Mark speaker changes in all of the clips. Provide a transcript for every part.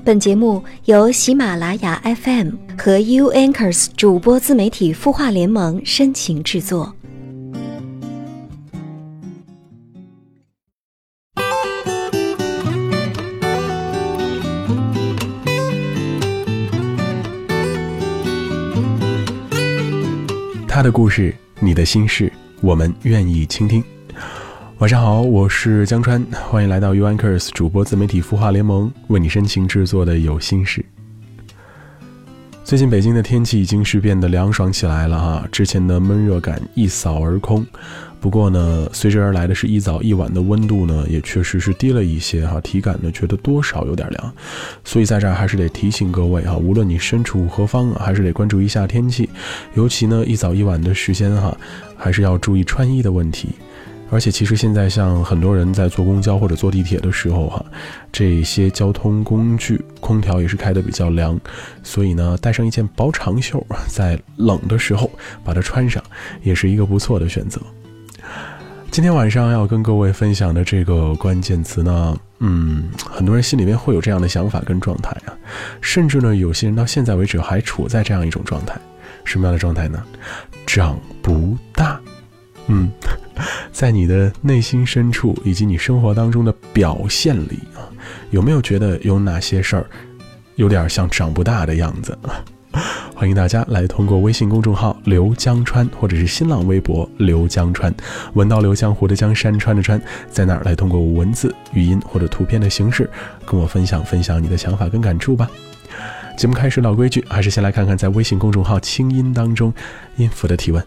Speaker 1: 本节目由喜马拉雅 FM 和 U-Anchors 主播自媒体孵化联盟深情制作。
Speaker 2: 他的故事，你的心事，我们愿意倾听。晚上好，我是江川，欢迎来到 U-Anchors 主播自媒体孵化联盟为你深情制作的有心事。最近北京的天气已经是变得凉爽起来了哈，之前的闷热感一扫而空。不过呢，随之而来的是一早一晚的温度呢，也确实是低了一些哈，体感呢觉得多少有点凉。所以在这儿还是得提醒各位哈，无论你身处何方，还是得关注一下天气，尤其呢一早一晚的时间哈，还是要注意穿衣的问题。而且其实现在像很多人在坐公交或者坐地铁的时候哈，这些交通工具空调也是开得比较凉，所以呢带上一件薄长袖，在冷的时候把它穿上，也是一个不错的选择。今天晚上要跟各位分享的这个关键词呢，很多人心里面会有这样的想法跟状态啊，甚至呢有些人到现在为止还处在这样一种状态。什么样的状态呢？长不大。在你的内心深处以及你生活当中的表现里啊，有没有觉得有哪些事儿有点像长不大的样子？欢迎大家来通过微信公众号刘江川，或者是新浪微博刘江川，文到刘江湖的江，山川的川，在那儿来通过文字、语音或者图片的形式跟我分享你的想法跟感触吧。节目开始老规矩，还是先来看看在微信公众号清音当中音符的提问。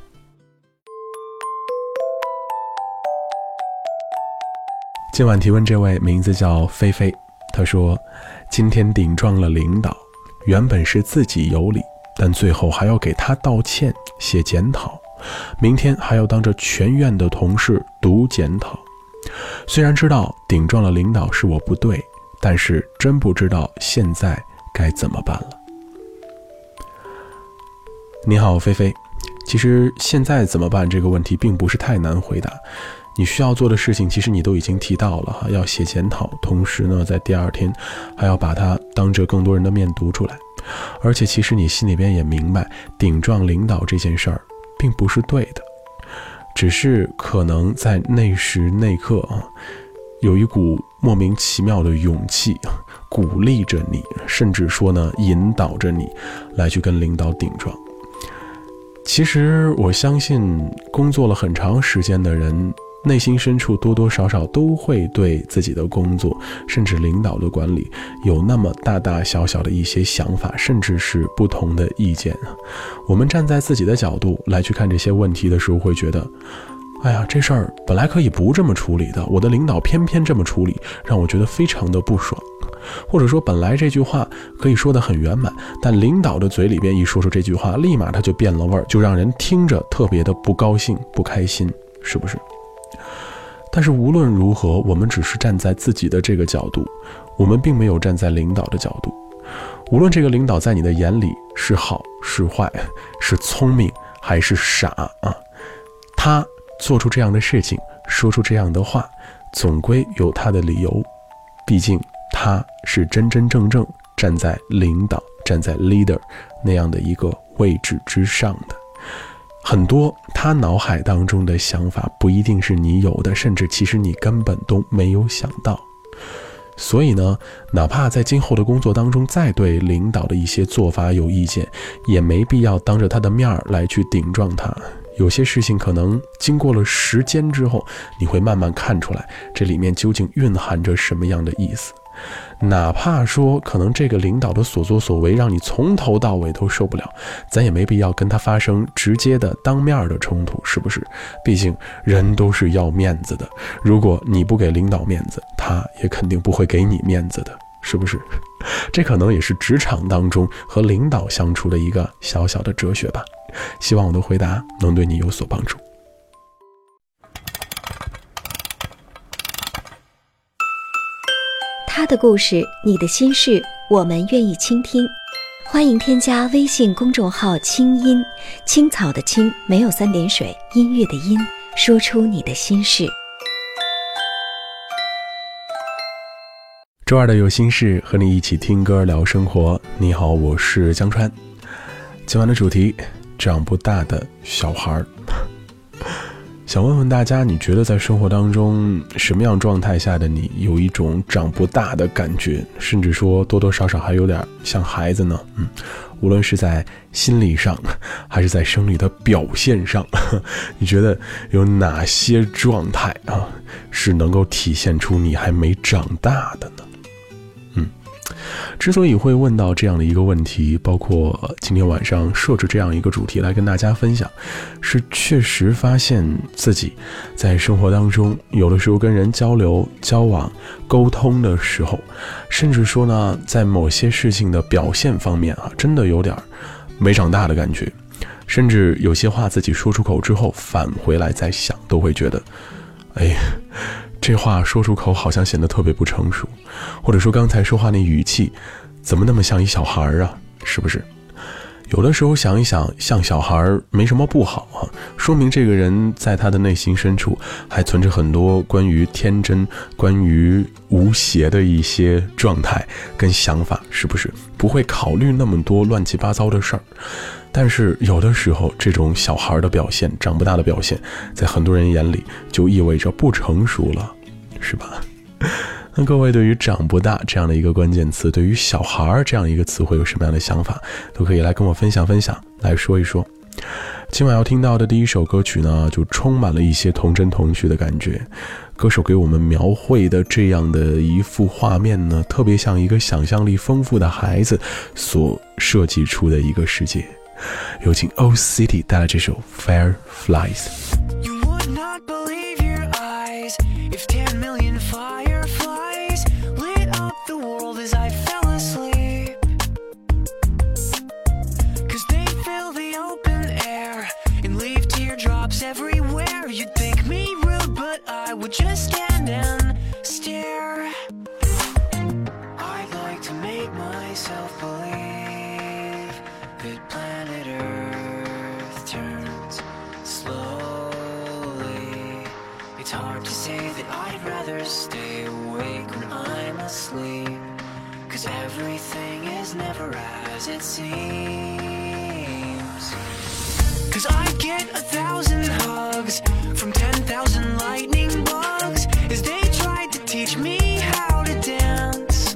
Speaker 2: 今晚提问这位名字叫菲菲，他说今天顶撞了领导，原本是自己有理，但最后还要给他道歉写检讨，明天还要当着全院的同事读检讨。虽然知道顶撞了领导是我不对，但是真不知道现在该怎么办了。你好菲菲，其实现在怎么办这个问题并不是太难回答，你需要做的事情其实你都已经提到了哈，要写检讨，同时呢在第二天还要把它当着更多人的面读出来。而且其实你心里边也明白，顶撞领导这件事儿并不是对的，只是可能在那时那刻啊，有一股莫名其妙的勇气鼓励着你，甚至说呢引导着你来去跟领导顶撞。其实我相信工作了很长时间的人，内心深处多多少少都会对自己的工作甚至领导的管理有那么大大小小的一些想法，甚至是不同的意见。我们站在自己的角度来去看这些问题的时候，会觉得哎呀，这事儿本来可以不这么处理的，我的领导偏偏这么处理，让我觉得非常的不爽。或者说本来这句话可以说得很圆满，但领导的嘴里边一说出这句话，立马他就变了味儿，就让人听着特别的不高兴不开心，是不是？但是无论如何，我们只是站在自己的这个角度，我们并没有站在领导的角度。无论这个领导在你的眼里是好是坏，是聪明还是傻啊，他做出这样的事情，说出这样的话，总归有他的理由。毕竟他是真真正正站在领导，站在 leader 那样的一个位置之上的。很多他脑海当中的想法不一定是你有的，甚至其实你根本都没有想到。所以呢，哪怕在今后的工作当中再对领导的一些做法有意见，也没必要当着他的面来去顶撞他。有些事情可能经过了时间之后，你会慢慢看出来这里面究竟蕴含着什么样的意思。哪怕说可能这个领导的所作所为让你从头到尾都受不了，咱也没必要跟他发生直接的当面的冲突，是不是？毕竟人都是要面子的，如果你不给领导面子，他也肯定不会给你面子的，是不是？这可能也是职场当中和领导相处的一个小小的哲学吧。希望我的回答能对你有所帮助。
Speaker 1: 他的故事，你的心事，我们愿意倾听。欢迎添加微信公众号清音，青草的青，没有3点水，音乐的音，说出你的心事。
Speaker 2: 周二的有心事，和你一起听歌聊生活。你好，我是江川。今晚的主题，长不大的小孩。想问问大家，你觉得在生活当中，什么样状态下的你有一种长不大的感觉，甚至说多多少少还有点像孩子呢？无论是在心理上，还是在生理的表现上，你觉得有哪些状态是能够体现出你还没长大的呢？之所以会问到这样的一个问题，包括今天晚上设置这样一个主题来跟大家分享，是确实发现自己在生活当中，有的时候跟人交流、交往、沟通的时候，甚至说呢，在某些事情的表现方面真的有点没长大的感觉，甚至有些话自己说出口之后，返回来再想，都会觉得，这话说出口好像显得特别不成熟，或者说刚才说话那语气怎么那么像一小孩啊，是不是？有的时候想一想，像小孩没什么不好说明这个人在他的内心深处还存着很多关于天真、关于无邪的一些状态跟想法，是不是？不会考虑那么多乱七八糟的事儿。但是有的时候，这种小孩的表现、长不大的表现，在很多人眼里就意味着不成熟了，是吧？那各位对于长不大这样的一个关键词，对于小孩这样一个词汇有什么样的想法，都可以来跟我分享分享，来说一说。今晚要听到的第一首歌曲呢，就充满了一些童真童趣的感觉。歌手给我们描绘的这样的一幅画面呢，特别像一个想象力丰富的孩子所设计出的一个世界。有请 Old City 带来这首 Fireflies。You would not believe your eyes if 10 million fireflies lit up the world as I fell asleep. 'Cause they fill the open air and leave teardrops everywhere. You'd think me rude, but I would just stand and stare. I'd like to make myself believe that planet Earth turns slowly. It's hard to say that I'd rather stay awake when I'm asleep, 'cause everything is never as it seems. 'Cause I get 1,000 hugs from 10,000 lightning bugs as they tried to teach me how to dance.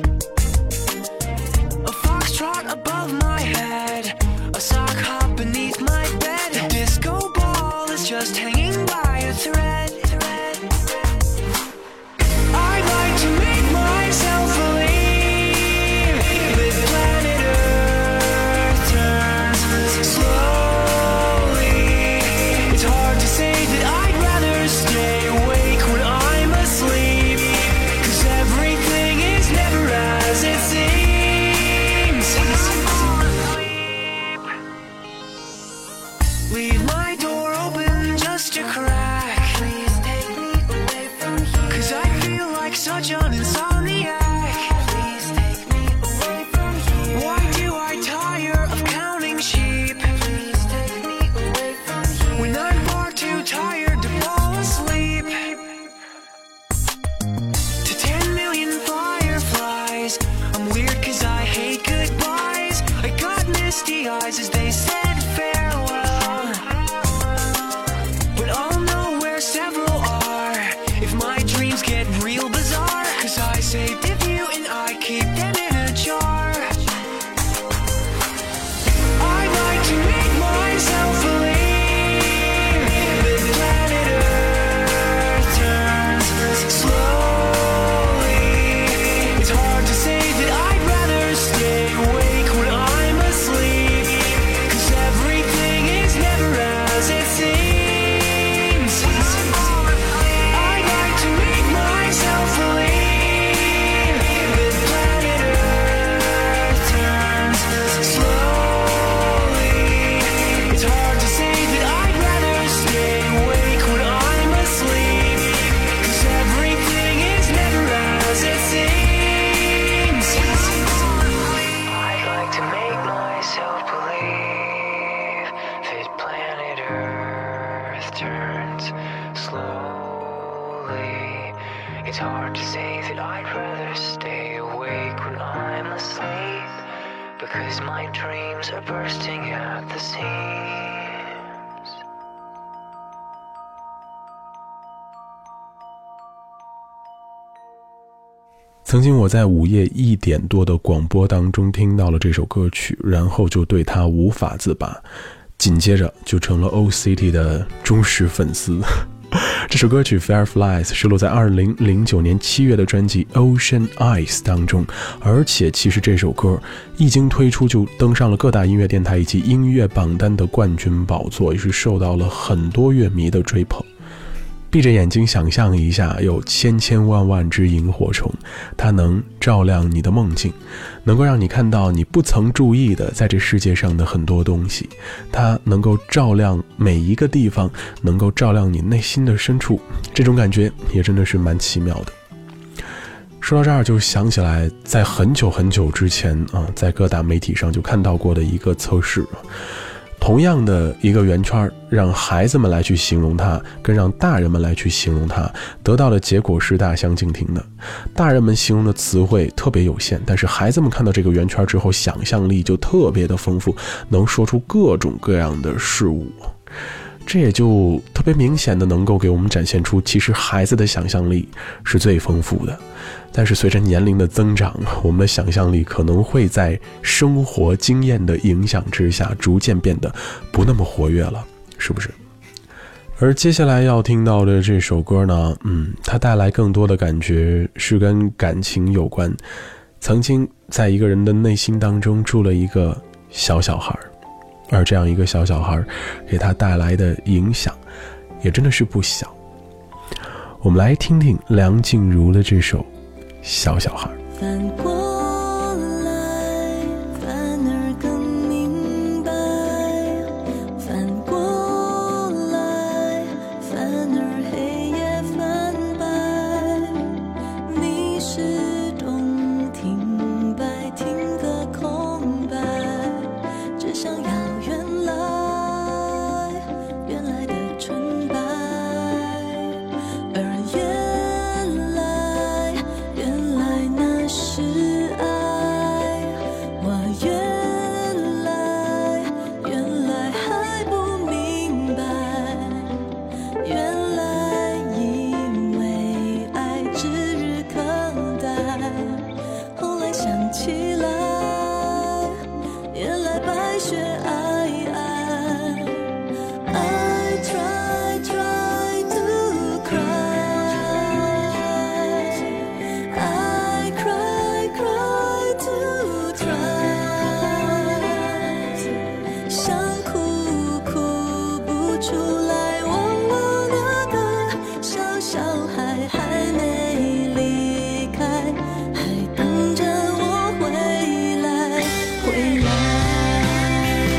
Speaker 2: A foxtrot above my head, a sock hop beneath my bed. A disco ball is just hanging by a thread. I'd like to make myself believe that planet Earth turns slowly. It's hard to say that I'd rather stay awake when I'm asleep, 'cause everything is never as it seems. Leave my door open just a crack. Please take me away from here, 'cause I feel like such an insomniac. Please take me away from here. Why do I tire of counting sheep? Please take me away from here, when I'm far too tired to fall asleep. To 10 million fireflies, I'm weird 'cause I hate goodbyes. I got misty eyes as they said farewell, but I'll know where several are if my dreams get real bizarre, 'cause I saved a few and I keep them in a jar. I'd like to make myself believe that planet Earth turns slowly. It's hard to say that I'd rather stay awake when I'm asleep, 'cause everything is never as it seems. I'd like to make myself believe that planet Earth turns slowly. It's hard to say that I'd rather stay awake when I'm asleep, 'cause everything is never as it seems. I
Speaker 3: 'cause my dreams are bursting at the seams.
Speaker 2: 曾经我在午夜1点多的广播当中听到了这首歌曲，然后就对它无法自拔，紧接着就成了 OCT 的忠实粉丝。这首歌曲 Fireflies 收录在2009年7月的专辑 Ocean Eyes 当中，而且其实这首歌一经推出就登上了各大音乐电台以及音乐榜单的冠军宝座，也是受到了很多乐迷的追捧。闭着眼睛想象一下，有千千万万只萤火虫，它能照亮你的梦境，能够让你看到你不曾注意的在这世界上的很多东西，它能够照亮每一个地方，能够照亮你内心的深处，这种感觉也真的是蛮奇妙的。说到这儿就想起来，在很久很久之前在各大媒体上就看到过的一个测试，同样的一个圆圈，让孩子们来去形容它，跟让大人们来去形容它，得到的结果是大相径庭的。大人们形容的词汇特别有限，但是孩子们看到这个圆圈之后，想象力就特别的丰富，能说出各种各样的事物。这也就特别明显的能够给我们展现出，其实孩子的想象力是最丰富的。但是随着年龄的增长，我们的想象力可能会在生活经验的影响之下，逐渐变得不那么活跃了，是不是？而接下来要听到的这首歌呢，它带来更多的感觉是跟感情有关。曾经在一个人的内心当中住了一个小孩，而这样一个小孩给他带来的影响也真的是不小。我们来听听梁静茹的这首小孩。
Speaker 4: 反过来反而更明白，反过来反而黑夜泛白，你始终停摆，停个空白，只想要原来的纯白，而原来那是爱，我原来还不明白，原来以为爱指日可待，后来想起来，原来白雪I try to cry, I cry to try， 想哭不出来，忘了那个小孩还没离开，还等着我回来。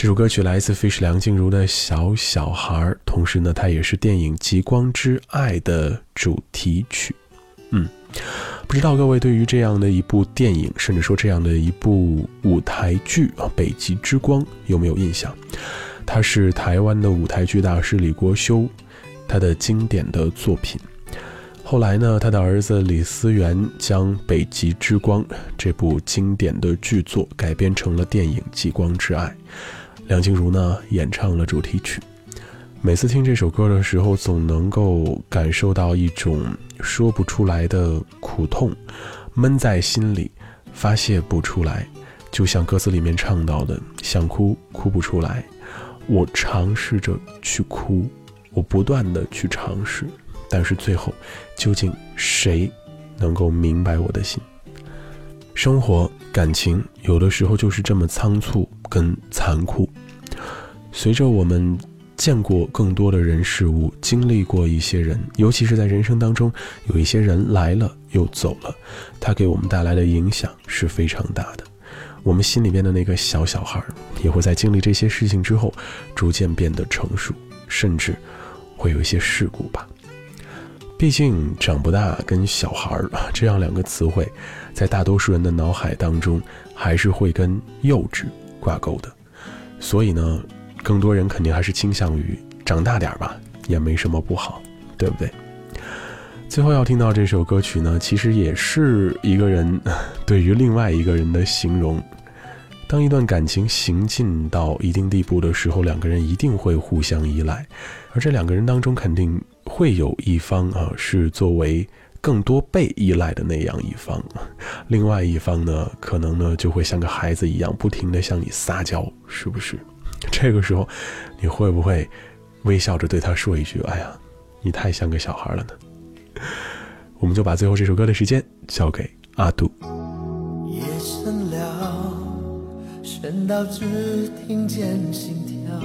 Speaker 2: 首歌曲来自 Fish 梁静茹的小小孩，同时呢它也是电影《极光之爱》的主题曲。不知道各位对于这样的一部电影，甚至说这样的一部舞台剧《北极之光》有没有印象？它是台湾的舞台剧大师李国修他的经典的作品。后来呢，他的儿子李思源将《北极之光》这部经典的剧作改编成了电影《极光之爱》，梁静茹呢演唱了主题曲。每次听这首歌的时候，总能够感受到一种说不出来的苦痛，闷在心里，发泄不出来。就像歌词里面唱到的，想哭哭不出来，我尝试着去哭，我不断的去尝试，但是最后究竟谁能够明白我的心？生活感情有的时候就是这么仓促跟残酷。随着我们见过更多的人事物，经历过一些人，尤其是在人生当中有一些人来了又走了，他给我们带来的影响是非常大的。我们心里面的那个小小孩也会在经历这些事情之后逐渐变得成熟，甚至会有一些事故吧。毕竟长不大跟小孩这样两个词汇在大多数人的脑海当中还是会跟幼稚挂钩的，所以呢更多人肯定还是倾向于长大点吧，也没什么不好，对不对？最后要听到这首歌曲呢，其实也是一个人对于另外一个人的形容。当一段感情行进到一定地步的时候，两个人一定会互相依赖，而这两个人当中肯定会有一方是作为更多被依赖的那样一方，另外一方呢可能呢就会像个孩子一样不停地向你撒娇，是不是？这个时候你会不会微笑着对他说一句，哎呀，你太像个小孩了呢？我们就把最后这首歌的时间交给阿杜。
Speaker 5: 夜深了，深到只听见心跳，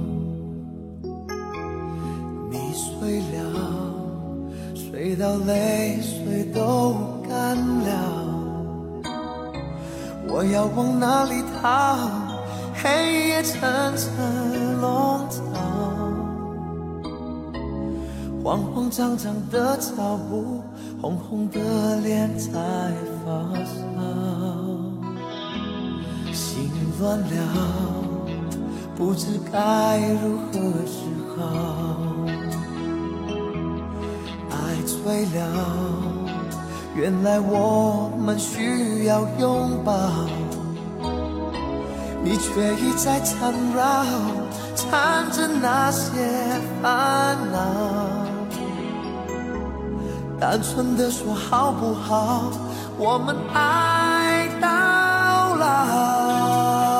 Speaker 5: 你睡了，睡到泪水都干了，我要往哪里逃？黑夜层层笼罩，慌慌张张的脚步，红红的脸在发烧，心乱了，不知该如何是好，爱醉了，原来我们需要拥抱，你却一再缠绕，缠着那些烦恼，单纯的说好不好，我们爱到老。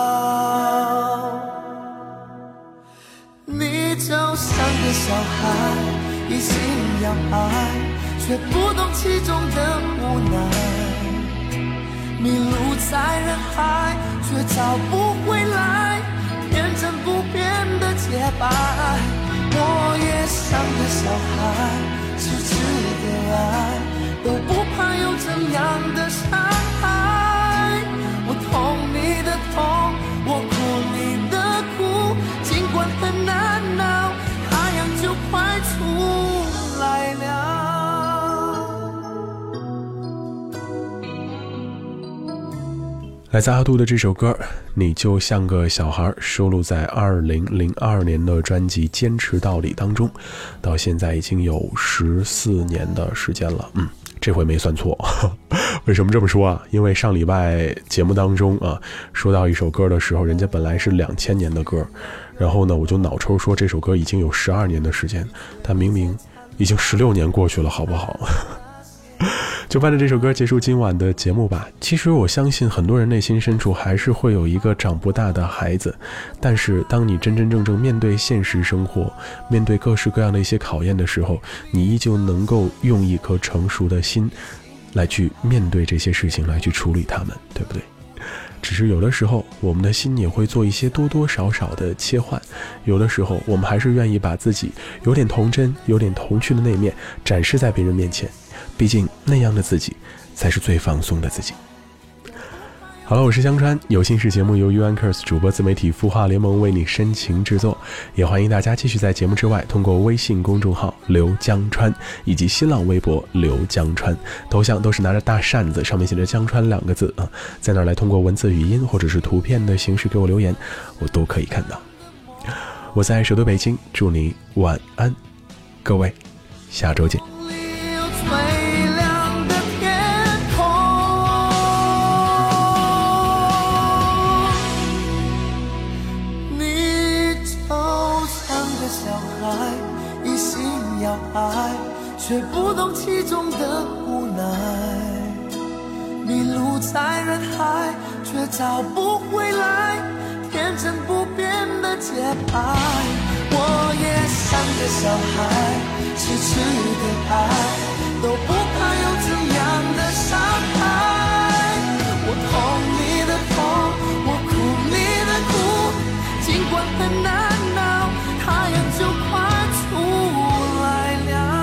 Speaker 5: 你就像个小孩，一心要爱，却不懂其中的无奈，迷路在人海，却找不回来，天真不变的洁白。我也像个小孩，痴痴的爱，都不怕有怎样的伤害。我痛你的痛，我哭你的苦，尽管很难熬，太阳就快出来了。
Speaker 2: 来自阿杜的这首歌你就像个小孩，收录在2002年的专辑《坚持到底》当中，到现在已经有14年的时间了。这回没算错。为什么这么说啊？因为上礼拜节目当中说到一首歌的时候，人家本来是2000年的歌，然后呢我就脑抽说这首歌已经有12年的时间，但明明已经16年过去了，好不好？就伴着这首歌结束今晚的节目吧。其实我相信很多人内心深处还是会有一个长不大的孩子，但是当你真真正正面对现实生活，面对各式各样的一些考验的时候，你依旧能够用一颗成熟的心来去面对这些事情，来去处理它们，对不对？只是有的时候我们的心也会做一些多多少少的切换，有的时候我们还是愿意把自己有点童真有点童趣的那面展示在别人面前，毕竟那样的自己才是最放松的自己。 好了，我是香川，有心事节目由 YouAnkers 主播自媒体孵化联盟为你深情制作，也欢迎大家继续在节目之外通过微信公众号刘江川以及新浪微博刘江川，头像都是拿着大扇子，上面写着江川2个字啊，在那儿来通过文字、语音或者是图片的形式给我留言，我都可以看到。我在首都北京，祝你晚安，各位，下周见。
Speaker 5: 却不懂其中的无奈，迷路在人海，却找不回来天真不变的节拍。我也像个小孩，痴痴的爱，都不怕有怎样的伤害。我痛你的痛，我哭你的哭，尽管很难熬，太阳就快出来了。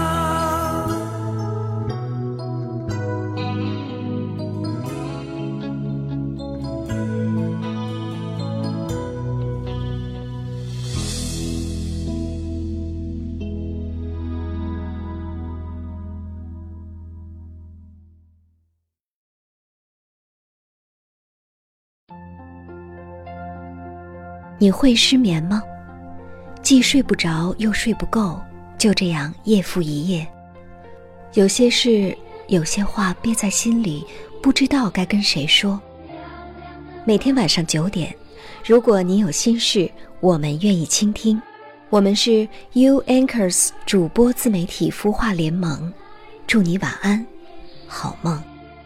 Speaker 1: 你会失眠吗？既睡不着又睡不够，就这样夜复一夜。有些事，有些话憋在心里，不知道该跟谁说。每天晚上9点，如果你有心事，我们愿意倾听。我们是 YouAnkers 主播自媒体孵化联盟，祝你晚安，好梦。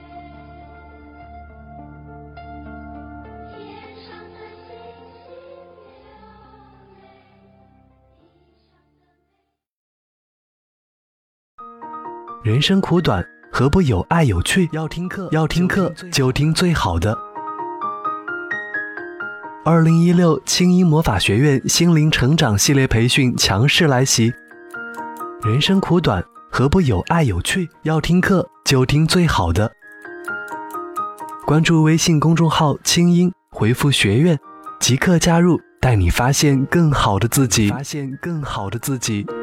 Speaker 6: 人生苦短，何不有爱有趣？要听课就听最好的。2016清音魔法学院心灵成长系列培训强势来袭。人生苦短，何不有爱有趣？要听课就听最好的。关注微信公众号清音，回复学院即刻加入，带你发现更好的自己。